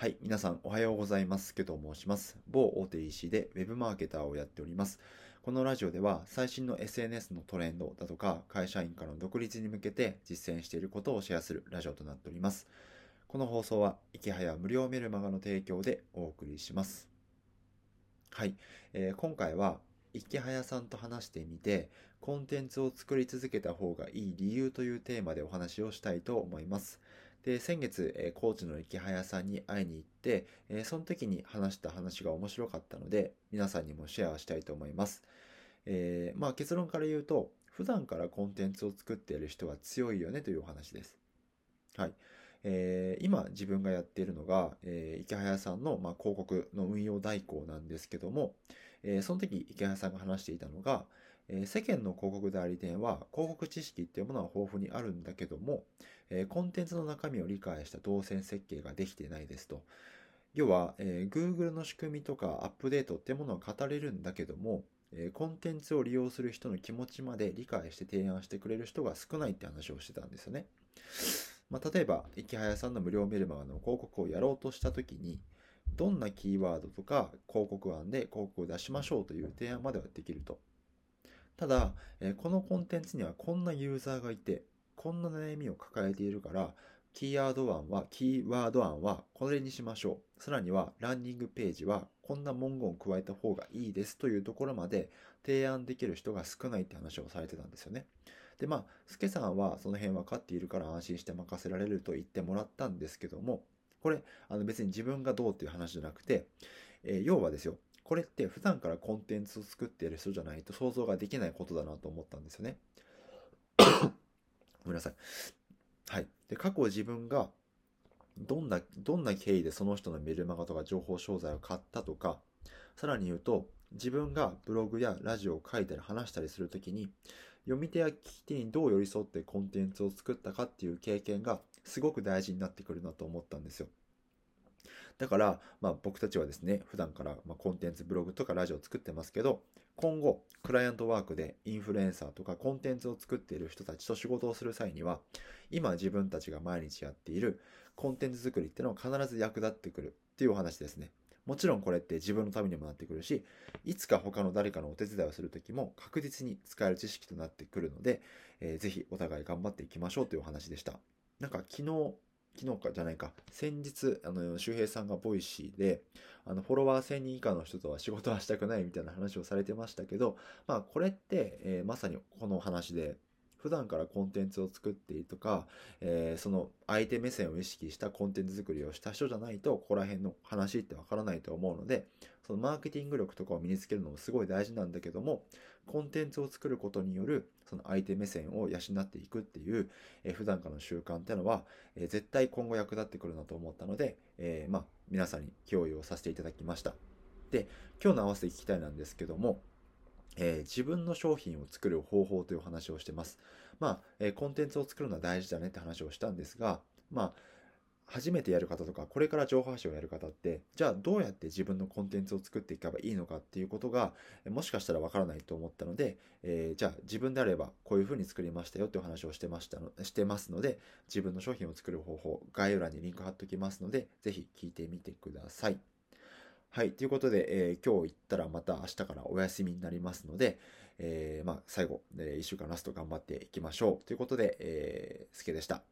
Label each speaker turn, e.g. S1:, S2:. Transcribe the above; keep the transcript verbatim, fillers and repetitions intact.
S1: はい、皆さんおはようございます。ケと申します。某大手 イーシー でウェブマーケターをやっております。このラジオでは最新の エスエヌエス のトレンドだとか会社員からの独立に向けて実践していることをシェアするラジオとなっております。この放送は池早無料メルマガの提供でお送りします。はい、えー今回は池早さんと話してみてコンテンツを作り続けた方がいい理由というテーマでお話をしたいと思います。で、先月、えーコーチの池早さんに会いに行って、えーその時に話した話が面白かったので、皆さんにもシェアしたいと思います。えーまあ結論から言うと、普段からコンテンツを作っている人は強いよねというお話です。はい。えー今自分がやっているのが、えー池早さんの、まあ、広告の運用代行なんですけども、えーその時池早さんが話していたのが、えー世間の広告代理店は広告知識っていうものは豊富にあるんだけども、えーコンテンツの中身を理解した動線設計ができていないですと。要は、えー Google の仕組みとかアップデートっていうものは語れるんだけども、えーコンテンツを利用する人の気持ちまで理解して提案してくれる人が少ないって話をしてたんですよね。まあ、例えば、池早さんの無料メルマガの広告をやろうとしたときに、どんなキーワードとか広告案で広告を出しましょうという提案まではできると。ただ、えーこのコンテンツにはこんなユーザーがいて、こんな悩みを抱えているから、キーワード案は、キーワード案はこれにしましょう。さらには、ランニングページはこんな文言を加えた方がいいですというところまで提案できる人が少ないって話をされてたんですよね。で、まあ、スケさんはその辺分かっているから安心して任せられると言ってもらったんですけども、これ、あの別に自分がどうっていう話じゃなくて、えー要はですよ、これって普段からコンテンツを作っている人じゃないと想像ができないことだなと思ったんですよね。ごめんなさい。はい。で、過去自分がどんな、どんな経緯でその人のメルマガとか情報商材を買ったとか、さらに言うと、自分がブログやラジオを書いたり話したりするときに、読み手や聞き手にどう寄り添ってコンテンツを作ったかっていう経験がすごく大事になってくるなと思ったんですよ。だから、まあ、僕たちはですね、普段から、まあ、コンテンツ、ブログとかラジオを作ってますけど、今後、クライアントワークでインフルエンサーとかコンテンツを作っている人たちと仕事をする際には、今自分たちが毎日やっているコンテンツ作りっていうのは必ず役立ってくるっていうお話ですね。もちろんこれって自分のためにもなってくるし、いつか他の誰かのお手伝いをするときも確実に使える知識となってくるので、えーぜひお互い頑張っていきましょうというお話でした。なんか昨日、昨日かじゃないか、先日、あの、周平さんがボイシーで、あの、フォロワーせんにん以下の人とは仕事はしたくないみたいな話をされてましたけど、まあ、これって、えーまさにこの話で、普段からコンテンツを作っているとか、えーその相手目線を意識したコンテンツ作りをした人じゃないと、ここら辺の話ってわからないと思うので、そのマーケティング力とかを身につけるのもすごい大事なんだけども、コンテンツを作ることによる、その相手目線を養っていくっていう、えー普段からの習慣っていうのは、えー絶対今後役立ってくるなと思ったので、えーまあ、皆さんに共有をさせていただきました。で、今日の合わせて聞きたいなんですけども、えー自分の商品を作る方法という話をしてます。まあ、えーコンテンツを作るのは大事だねって話をしたんですが、まあ、初めてやる方とか、これから情報発信をやる方って、じゃあどうやって自分のコンテンツを作っていけばいいのかっていうことが、もしかしたらわからないと思ったので、えーじゃあ自分であればこういうふうに作りましたよっていう話をしてましたの、してますので、自分の商品を作る方法、概要欄にリンク貼っときますので、ぜひ聞いてみてください。はい。ということで、えー今日行ったらまた明日からお休みになりますので、えーまあ、最後、えー、いっしゅうかんラスト頑張っていきましょう。ということで、えー、すけでした。